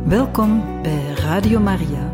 Welkom bij Radio Maria.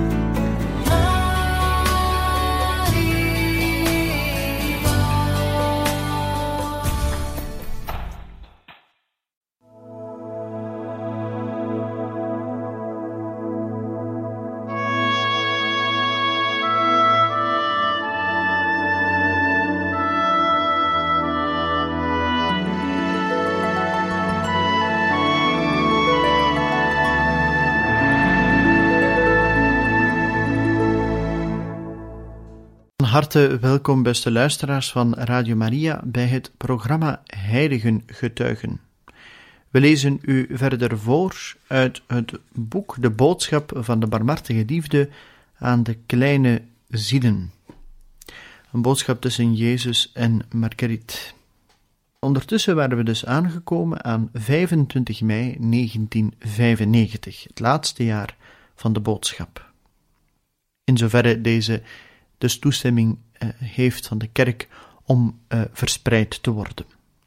Van harte welkom, beste luisteraars van Radio Maria, bij het programma Heiligen Getuigen. We lezen u verder voor uit het boek De Boodschap van de Barmhartige Liefde aan de kleine zielen. Een boodschap tussen Jezus en Marguerite. Ondertussen waren we dus aangekomen aan 25 mei 1995, het laatste jaar van de boodschap. In zoverre deze dus toestemming heeft van de kerk om verspreid te worden.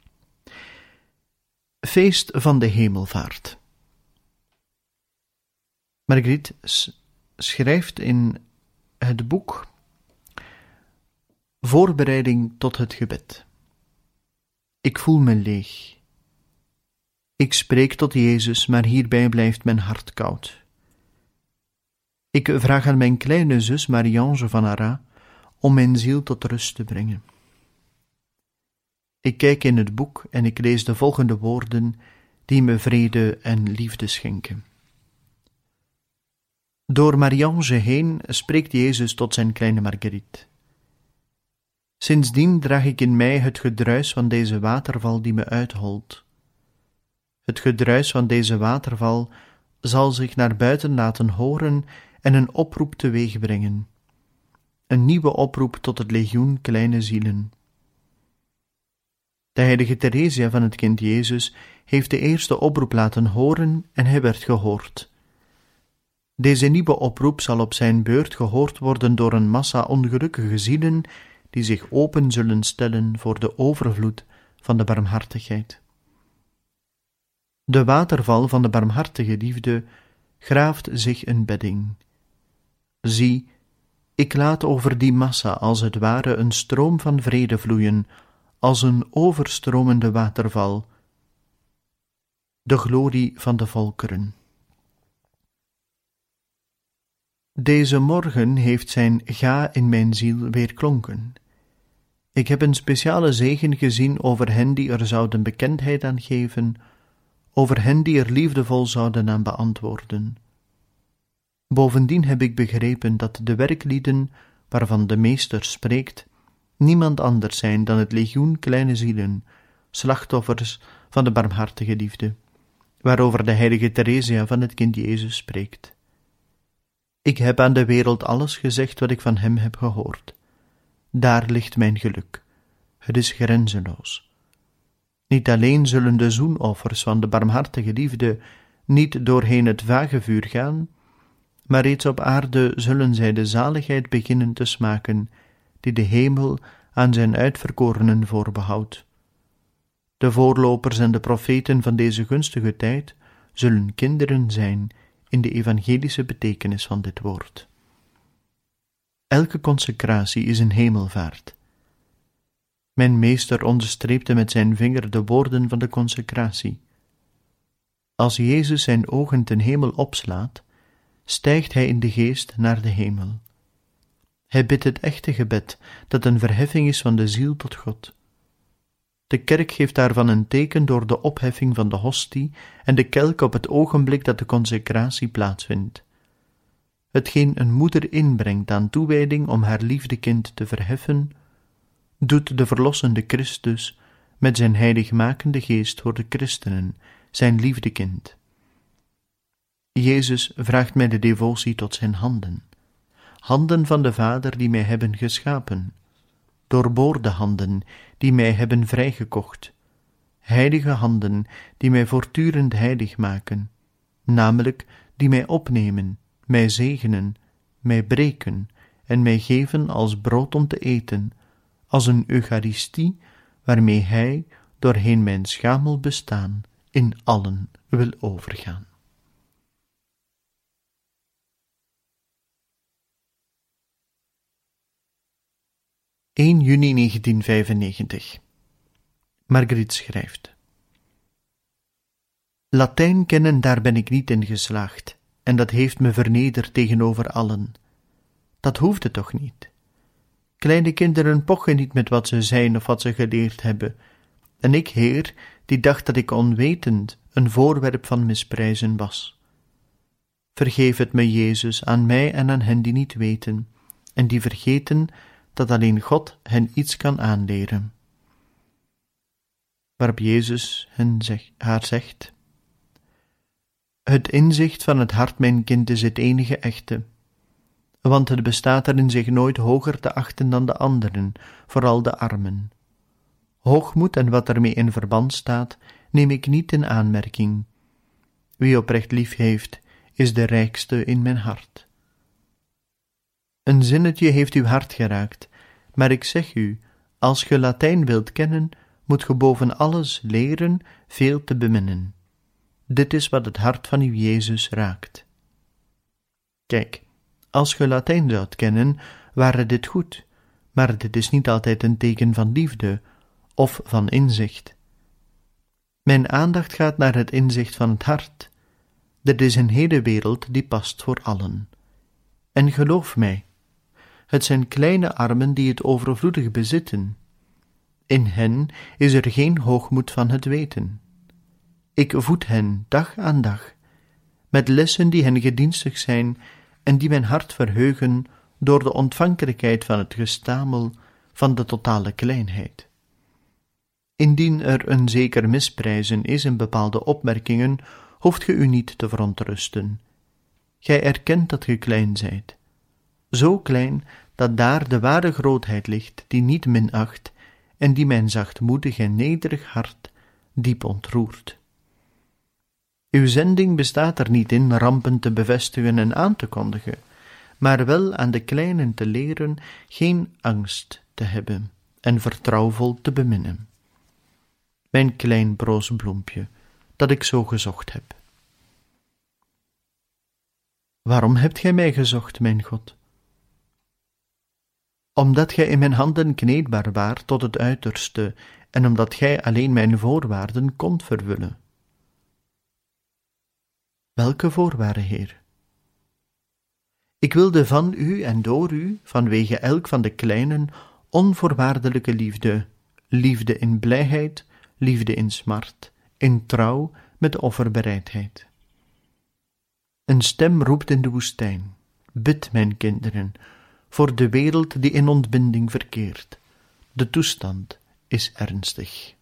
Feest van de Hemelvaart. Marguerite schrijft in het boek Voorbereiding tot het gebed. Ik voel me leeg. Ik spreek tot Jezus, maar hierbij blijft mijn hart koud. Ik vraag aan mijn kleine zus Marie-Ange van Arras om mijn ziel tot rust te brengen. Ik kijk in het boek en ik lees de volgende woorden die me vrede en liefde schenken. Door Marie-Ange heen spreekt Jezus tot zijn kleine Marguerite. Sindsdien draag ik in mij het gedruis van deze waterval die me uitholt. Het gedruis van deze waterval zal zich naar buiten laten horen en een oproep teweeg brengen. Een nieuwe oproep tot het legioen kleine zielen. De heilige Theresia van het kind Jezus heeft de eerste oproep laten horen en hij werd gehoord. Deze nieuwe oproep zal op zijn beurt gehoord worden door een massa ongelukkige zielen die zich open zullen stellen voor de overvloed van de barmhartigheid. De waterval van de barmhartige liefde graaft zich een bedding. Zie, ik laat over die massa als het ware een stroom van vrede vloeien, als een overstromende waterval, de glorie van de volkeren. Deze morgen heeft zijn ga in mijn ziel weerklonken. Ik heb een speciale zegen gezien over hen die er zouden bekendheid aan geven, over hen die er liefdevol zouden aan beantwoorden. Bovendien heb ik begrepen dat de werklieden, waarvan de meester spreekt, niemand anders zijn dan het legioen kleine zielen, slachtoffers van de barmhartige liefde, waarover de heilige Theresia van het kind Jezus spreekt. Ik heb aan de wereld alles gezegd wat ik van hem heb gehoord. Daar ligt mijn geluk. Het is grenzeloos. Niet alleen zullen de zoenoffers van de barmhartige liefde niet doorheen het vagevuur gaan, maar reeds op aarde zullen zij de zaligheid beginnen te smaken, die de hemel aan zijn uitverkorenen voorbehoudt. De voorlopers en de profeten van deze gunstige tijd zullen kinderen zijn in de evangelische betekenis van dit woord. Elke consecratie is een hemelvaart. Mijn meester onderstreepte met zijn vinger de woorden van de consecratie. Als Jezus zijn ogen ten hemel opslaat, stijgt hij in de geest naar de hemel. Hij bidt het echte gebed, dat een verheffing is van de ziel tot God. De kerk geeft daarvan een teken door de opheffing van de hostie en de kelk op het ogenblik dat de consecratie plaatsvindt. Hetgeen een moeder inbrengt aan toewijding om haar liefdekind te verheffen, doet de verlossende Christus met zijn heiligmakende geest voor de christenen, zijn liefdekind. Jezus vraagt mij de devotie tot zijn handen, handen van de Vader die mij hebben geschapen, doorboorde handen die mij hebben vrijgekocht, heilige handen die mij voortdurend heilig maken, namelijk die mij opnemen, mij zegenen, mij breken en mij geven als brood om te eten, als een Eucharistie waarmee hij doorheen mijn schamel bestaan in allen wil overgaan. 1 juni 1995. Margriet schrijft: Latijn kennen, daar ben ik niet in geslaagd, en dat heeft me vernederd tegenover allen. Dat hoefde toch niet? Kleine kinderen pochen niet met wat ze zijn of wat ze geleerd hebben, en ik, Heer, die dacht dat ik onwetend een voorwerp van misprijzen was. Vergeef het me, Jezus, aan mij en aan hen die niet weten, en die vergeten dat alleen God hen iets kan aanleren. Waarop Jezus haar zegt: Het inzicht van het hart, mijn kind, is het enige echte, want het bestaat erin zich nooit hoger te achten dan de anderen, vooral de armen. Hoogmoed en wat ermee in verband staat, neem ik niet in aanmerking. Wie oprecht lief heeft, is de rijkste in mijn hart. Een zinnetje heeft uw hart geraakt, maar ik zeg u, als ge Latijn wilt kennen, moet ge boven alles leren veel te beminnen. Dit is wat het hart van uw Jezus raakt. Kijk, als ge Latijn zoudt kennen, ware dit goed, maar dit is niet altijd een teken van liefde of van inzicht. Mijn aandacht gaat naar het inzicht van het hart. Dit is een hele wereld die past voor allen. En geloof mij, het zijn kleine armen die het overvloedig bezitten. In hen is er geen hoogmoed van het weten. Ik voed hen dag aan dag, met lessen die hen gedienstig zijn en die mijn hart verheugen door de ontvankelijkheid van het gestamel van de totale kleinheid. Indien er een zeker misprijzen is in bepaalde opmerkingen, hoeft ge u niet te verontrusten. Gij erkent dat ge klein zijt, zo klein dat daar de ware grootheid ligt, die niet minacht en die mijn zachtmoedig en nederig hart diep ontroert. Uw zending bestaat er niet in rampen te bevestigen en aan te kondigen, maar wel aan de kleinen te leren geen angst te hebben en vertrouwvol te beminnen. Mijn klein broos bloempje, dat ik zo gezocht heb. Waarom hebt gij mij gezocht, mijn God? Omdat gij in mijn handen kneedbaar waart tot het uiterste, en omdat gij alleen mijn voorwaarden kondt vervullen. Welke voorwaarden, Heer? Ik wilde van u en door u, vanwege elk van de kleinen, onvoorwaardelijke liefde, liefde in blijheid, liefde in smart, in trouw met offerbereidheid. Een stem roept in de woestijn: bid, mijn kinderen, voor de wereld die in ontbinding verkeert. De toestand is ernstig.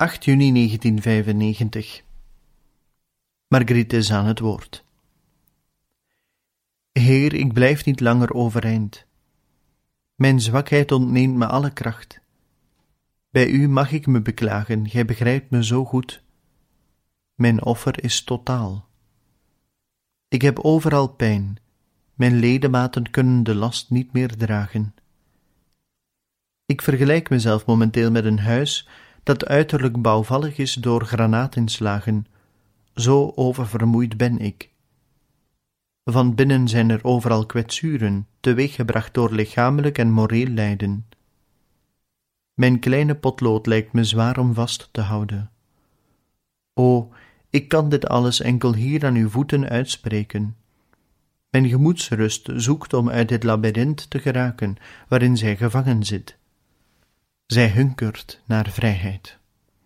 8 juni 1995. Marguerite is aan het woord. Heer, ik blijf niet langer overeind. Mijn zwakheid ontneemt me alle kracht. Bij u mag ik me beklagen, gij begrijpt me zo goed. Mijn offer is totaal. Ik heb overal pijn, mijn ledematen kunnen de last niet meer dragen. Ik vergelijk mezelf momenteel met een huis dat uiterlijk bouwvallig is door granaatinslagen, zo oververmoeid ben ik. Van binnen zijn er overal kwetsuren, teweeggebracht door lichamelijk en moreel lijden. Mijn kleine potlood lijkt me zwaar om vast te houden. O, ik kan dit alles enkel hier aan uw voeten uitspreken. Mijn gemoedsrust zoekt om uit dit labyrint te geraken, waarin zij gevangen zit. Zij hunkert naar vrijheid.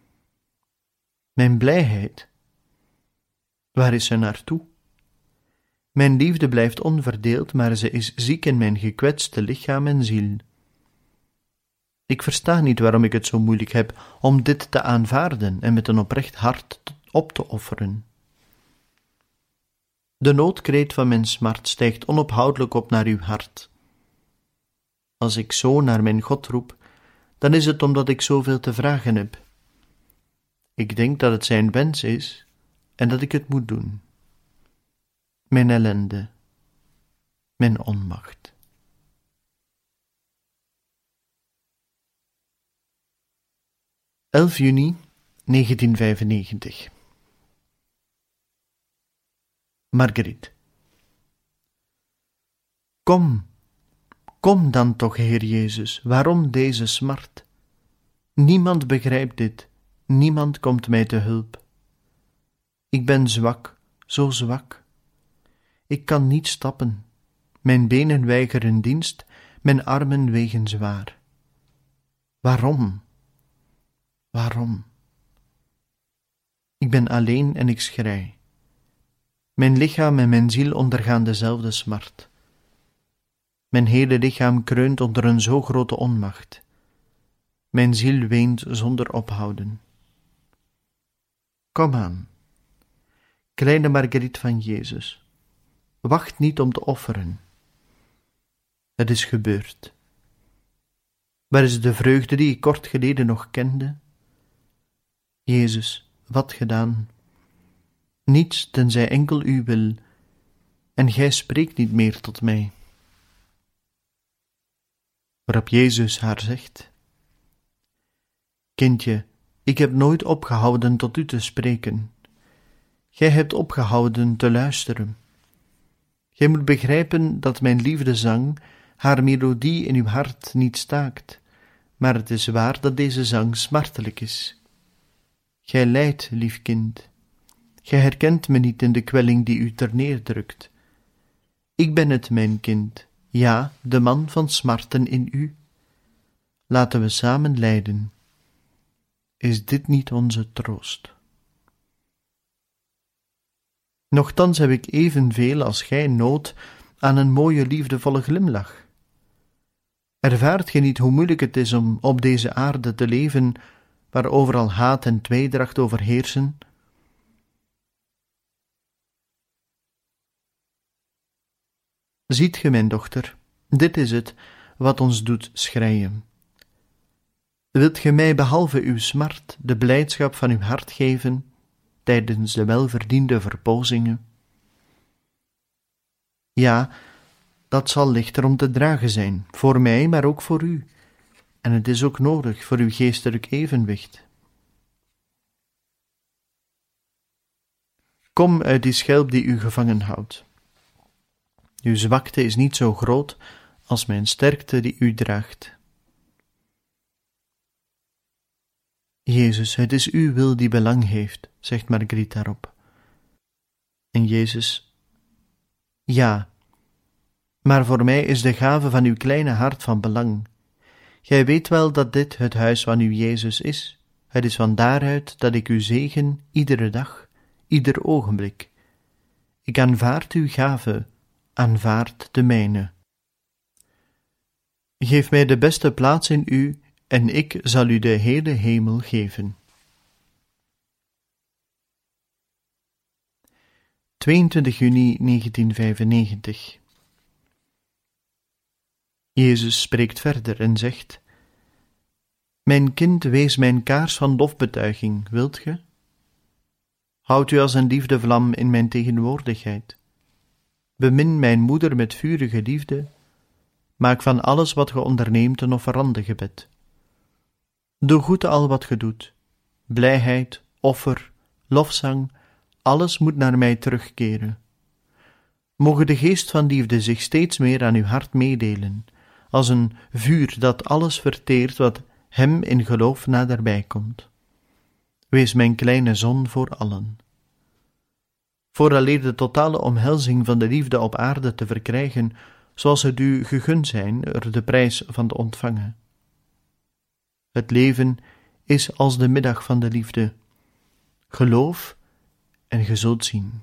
Mijn blijheid, waar is ze naartoe? Mijn liefde blijft onverdeeld, maar ze is ziek in mijn gekwetste lichaam en ziel. Ik versta niet waarom ik het zo moeilijk heb om dit te aanvaarden en met een oprecht hart op te offeren. De noodkreet van mijn smart stijgt onophoudelijk op naar uw hart. Als ik zo naar mijn God roep, dan is het omdat ik zoveel te vragen heb. Ik denk dat het zijn wens is en dat ik het moet doen. Mijn ellende, mijn onmacht. – 11 juni 1995. Marguerite. Kom dan toch, Heer Jezus, waarom deze smart? Niemand begrijpt dit, niemand komt mij te hulp. Ik ben zwak, zo zwak. Ik kan niet stappen, mijn benen weigeren dienst, mijn armen wegen zwaar. Waarom? Waarom? Ik ben alleen en ik schrei. Mijn lichaam en mijn ziel ondergaan dezelfde smart. Mijn hele lichaam kreunt onder een zo grote onmacht. Mijn ziel weent zonder ophouden. Kom aan, kleine Marguerite van Jezus, wacht niet om te offeren. Het is gebeurd. Waar is de vreugde die ik kort geleden nog kende? Jezus, wat gedaan? Niets tenzij enkel uw wil, en gij spreekt niet meer tot mij. Waarop Jezus haar zegt: Kindje, ik heb nooit opgehouden tot u te spreken. Gij hebt opgehouden te luisteren. Gij moet begrijpen dat mijn liefdezang haar melodie in uw hart niet staakt, maar het is waar dat deze zang smartelijk is. Gij lijdt, lief kind. Gij herkent me niet in de kwelling die u terneerdrukt. Ik ben het, mijn kind, ja, de man van smarten in u. Laten we samen lijden. Is dit niet onze troost? Nochtans heb ik evenveel als gij nood aan een mooie liefdevolle glimlach. Ervaart gij niet hoe moeilijk het is om op deze aarde te leven, waar overal haat en tweedracht overheersen? Ziet ge, mijn dochter, dit is het wat ons doet schreien. Wilt ge mij behalve uw smart de blijdschap van uw hart geven tijdens de welverdiende verpozingen? Ja, dat zal lichter om te dragen zijn, voor mij, maar ook voor u, en het is ook nodig voor uw geestelijk evenwicht. Kom uit die schelp die u gevangen houdt. Uw zwakte is niet zo groot als mijn sterkte die u draagt. Jezus, het is uw wil die belang heeft, zegt Marguerite daarop. En Jezus: ja, maar voor mij is de gave van uw kleine hart van belang. Gij weet wel dat dit het huis van uw Jezus is. Het is van daaruit dat ik u zegen iedere dag, ieder ogenblik. Ik aanvaard uw gave, aanvaard de mijne. Geef mij de beste plaats in u, en ik zal u de hele hemel geven. 22 juni 1995. Jezus spreekt verder en zegt: Mijn kind, wees mijn kaars van lofbetuiging, wilt ge? Houd u als een liefdevlam in mijn tegenwoordigheid. Bemin mijn moeder met vurige liefde. Maak van alles wat ge onderneemt een offerande gebed. Doe goed al wat ge doet. Blijheid, offer, lofzang, alles moet naar mij terugkeren. Moge de geest van liefde zich steeds meer aan uw hart meedelen, als een vuur dat alles verteert wat hem in geloof naderbij komt. Wees mijn kleine zon voor allen. Vooraleer de totale omhelzing van de liefde op aarde te verkrijgen, zoals het u gegund zijn, er de prijs van te ontvangen. Het leven is als de middag van de liefde. Geloof en ge zult zien.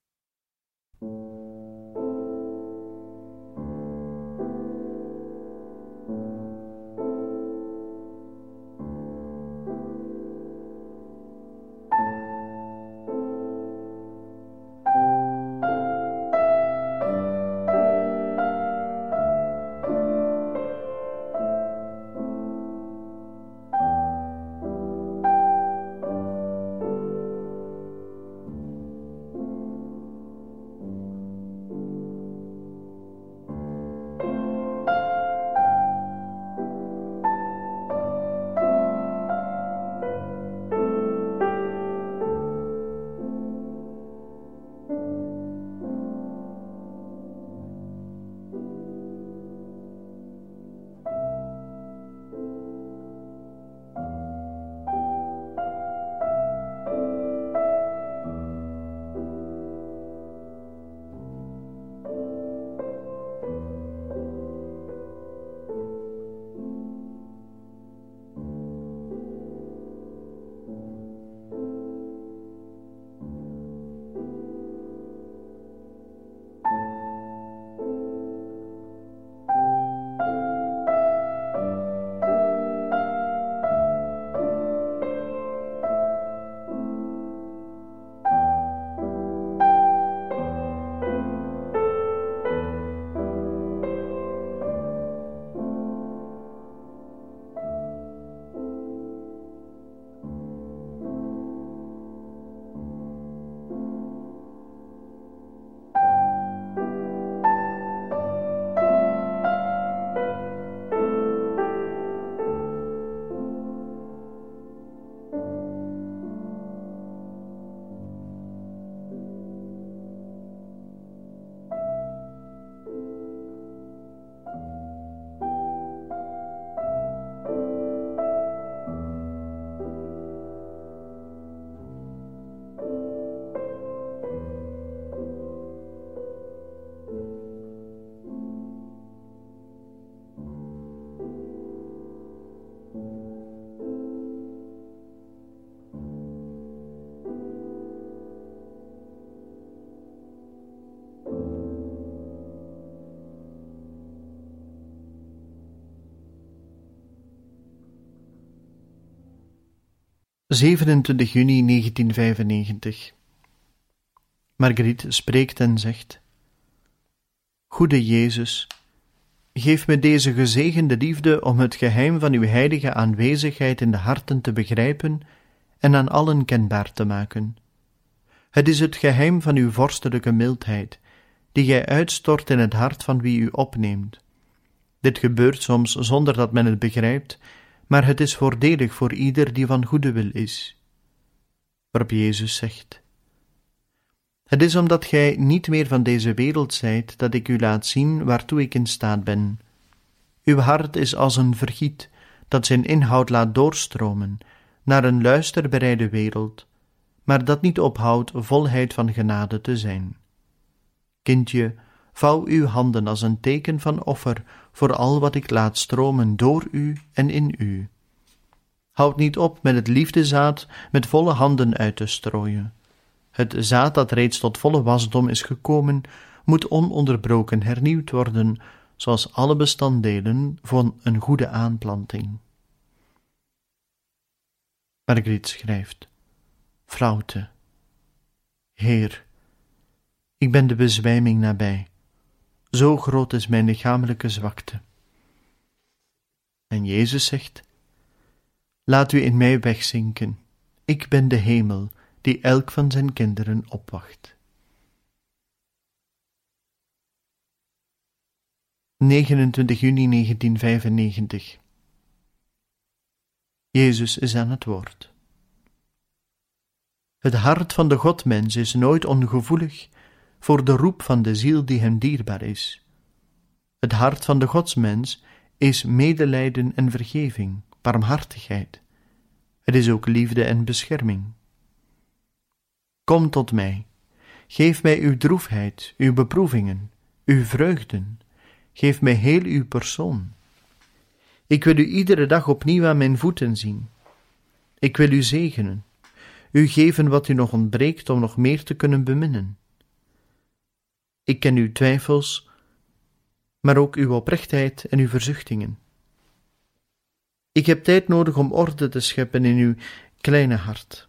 ...27 juni 1995. Marguerite spreekt en zegt: Goede Jezus, geef me deze gezegende liefde om het geheim van uw heilige aanwezigheid in de harten te begrijpen en aan allen kenbaar te maken. Het is het geheim van uw vorstelijke mildheid, die gij uitstort in het hart van wie u opneemt. Dit gebeurt soms zonder dat men het begrijpt, maar het is voordelig voor ieder die van goede wil is. Waarop Jezus zegt: Het is omdat gij niet meer van deze wereld zijt, dat ik u laat zien waartoe ik in staat ben. Uw hart is als een vergiet, dat zijn inhoud laat doorstromen, naar een luisterbereide wereld, maar dat niet ophoudt volheid van genade te zijn. Kindje, vouw uw handen als een teken van offer voor al wat ik laat stromen door u en in u. Houd niet op met het liefdezaad met volle handen uit te strooien. Het zaad dat reeds tot volle wasdom is gekomen, moet ononderbroken hernieuwd worden, zoals alle bestanddelen van een goede aanplanting. Marguerite schrijft: Flauwte. Heer, Ik ben de bezwijming nabij. Zo groot is mijn lichamelijke zwakte. En Jezus zegt: laat u in mij wegzinken. Ik ben de hemel die elk van zijn kinderen opwacht. 29 juni 1995. Jezus is aan het woord. Het hart van de Godmens is nooit ongevoelig voor de roep van de ziel die hem dierbaar is. Het hart van de Godsmens is medelijden en vergeving, barmhartigheid. Het is ook liefde en bescherming. Kom tot mij, geef mij uw droefheid, uw beproevingen, uw vreugden, geef mij heel uw persoon. Ik wil u iedere dag opnieuw aan mijn voeten zien. Ik wil u zegenen, u geven wat u nog ontbreekt om nog meer te kunnen beminnen. Ik ken uw twijfels, maar ook uw oprechtheid en uw verzuchtingen. Ik heb tijd nodig om orde te scheppen in uw kleine hart.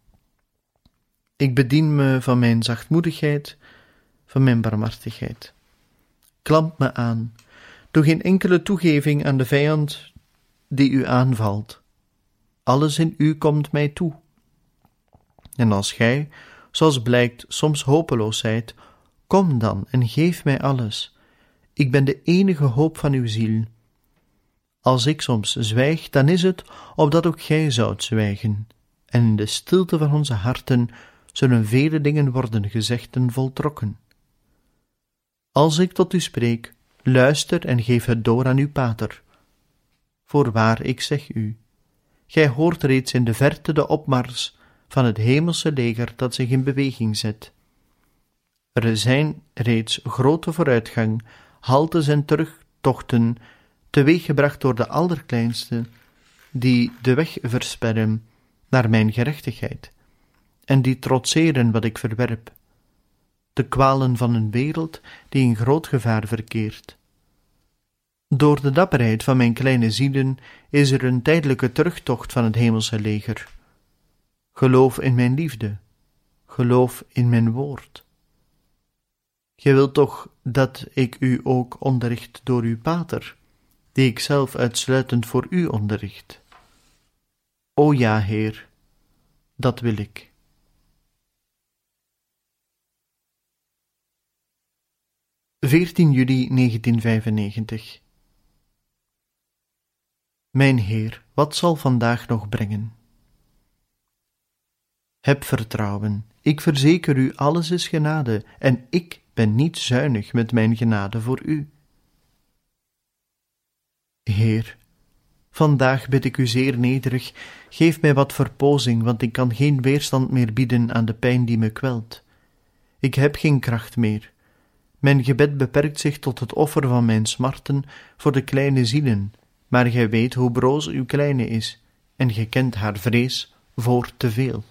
Ik bedien me van mijn zachtmoedigheid, van mijn barmhartigheid. Klamp me aan, doe geen enkele toegeving aan de vijand die u aanvalt. Alles in u komt mij toe. En als gij, zoals blijkt, soms hopeloos zijt, kom dan en geef mij alles. Ik ben de enige hoop van uw ziel. Als ik soms zwijg, dan is het opdat ook gij zoudt zwijgen. En in de stilte van onze harten zullen vele dingen worden gezegd en voltrokken. Als ik tot u spreek, luister en geef het door aan uw pater. Voorwaar, ik zeg u, gij hoort reeds in de verte de opmars van het hemelse leger dat zich in beweging zet. Er zijn reeds grote vooruitgang, haltes en terugtochten, teweeggebracht door de allerkleinste, die de weg versperren naar mijn gerechtigheid, en die trotseren wat ik verwerp. De kwalen van een wereld die in groot gevaar verkeert. Door de dapperheid van mijn kleine zielen is er een tijdelijke terugtocht van het hemelse leger. Geloof in mijn liefde, geloof in mijn woord. Gij wilt toch dat ik u ook onderricht door uw pater, die ik zelf uitsluitend voor u onderricht. O ja, Heer, dat wil ik. – 14 juli 1995. Mijn Heer, wat zal vandaag nog brengen? Heb vertrouwen, ik verzeker u, alles is genade, en ik ben niet zuinig met mijn genade voor u. Heer, vandaag bid ik u zeer nederig, geef mij wat verpozing, want ik kan geen weerstand meer bieden aan de pijn die me kwelt. Ik heb geen kracht meer. Mijn gebed beperkt zich tot het offer van mijn smarten voor de kleine zielen, maar gij weet hoe broos uw kleine is, en gij kent haar vrees voor te veel.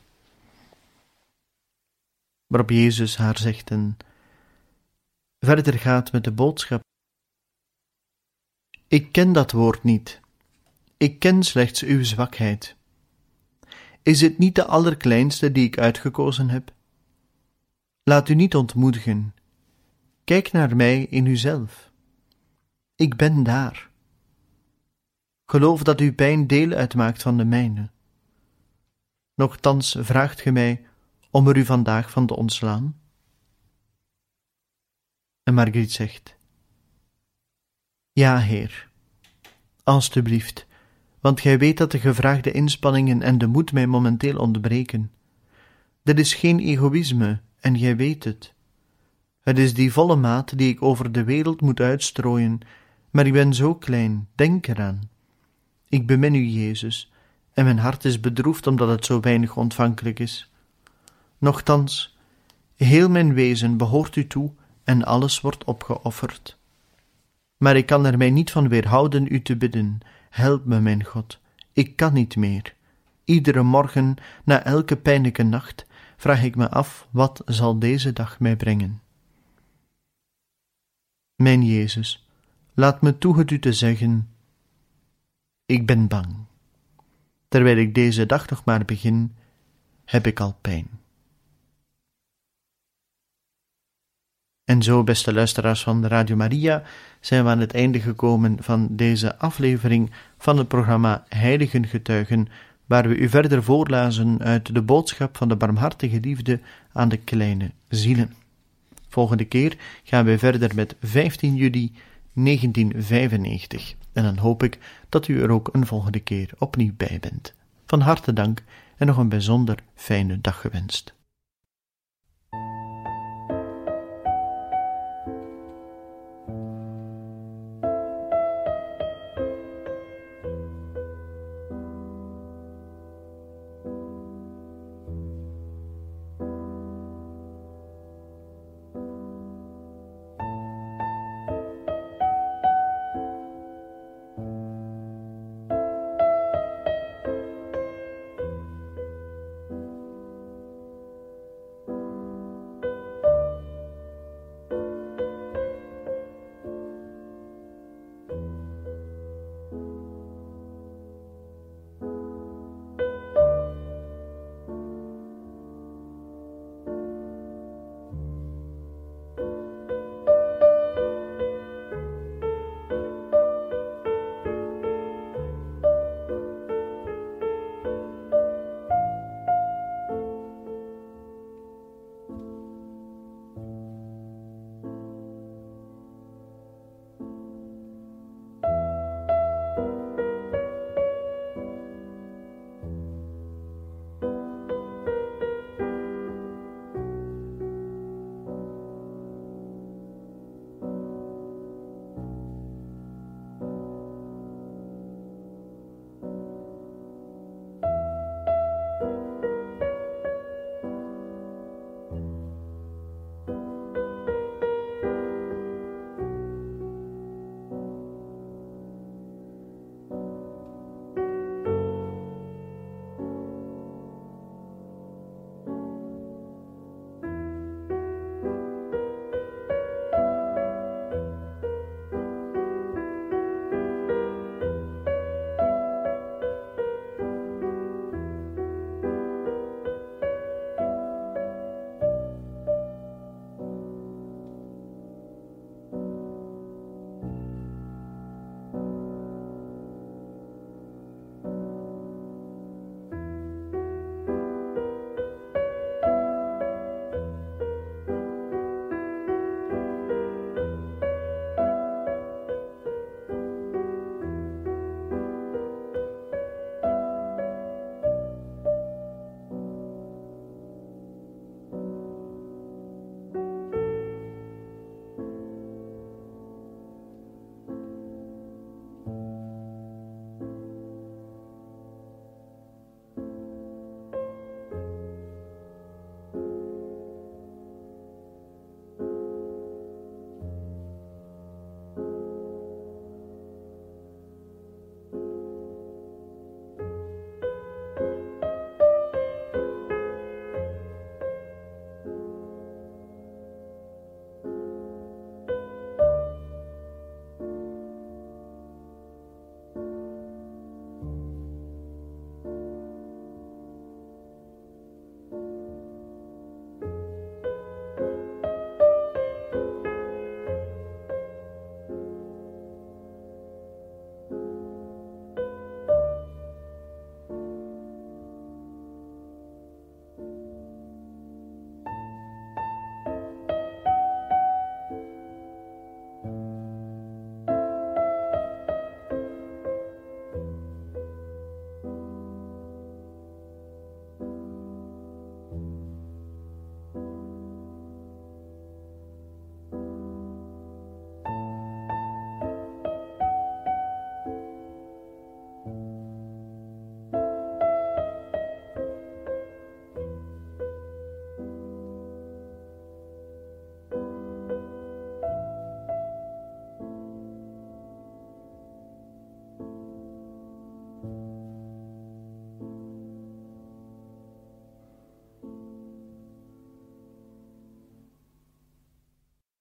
Waarop Jezus haar zegt en verder gaat met de boodschap: ik ken dat woord niet. Ik ken slechts uw zwakheid. Is het niet de allerkleinste die ik uitgekozen heb? Laat u niet ontmoedigen. Kijk naar mij in uzelf. Ik ben daar. Geloof dat uw pijn deel uitmaakt van de mijne. Nochtans vraagt ge mij om er u vandaag van te ontslaan? En Margriet zegt: ja, Heer, alstublieft, want gij weet dat de gevraagde inspanningen en de moed mij momenteel ontbreken. Dit is geen egoïsme, en gij weet het. Het is die volle maat die ik over de wereld moet uitstrooien, maar ik ben zo klein, denk eraan. Ik bemin u, Jezus, en mijn hart is bedroefd omdat het zo weinig ontvankelijk is. Nochtans, heel mijn wezen behoort u toe en alles wordt opgeofferd. Maar ik kan er mij niet van weerhouden u te bidden: help me, mijn God, ik kan niet meer. Iedere morgen, na elke pijnlijke nacht, vraag ik me af, wat zal deze dag mij brengen? Mijn Jezus, laat me toe het u te zeggen: ik ben bang. Terwijl ik deze dag nog maar begin, heb ik al pijn. En zo, beste luisteraars van Radio Maria, zijn we aan het einde gekomen van deze aflevering van het programma Heiligen Getuigen, waar we u verder voorlazen uit de boodschap van de barmhartige liefde aan de kleine zielen. Volgende keer gaan we verder met 15 juli 1995. En dan hoop ik dat u er ook een volgende keer opnieuw bij bent. Van harte dank en nog een bijzonder fijne dag gewenst.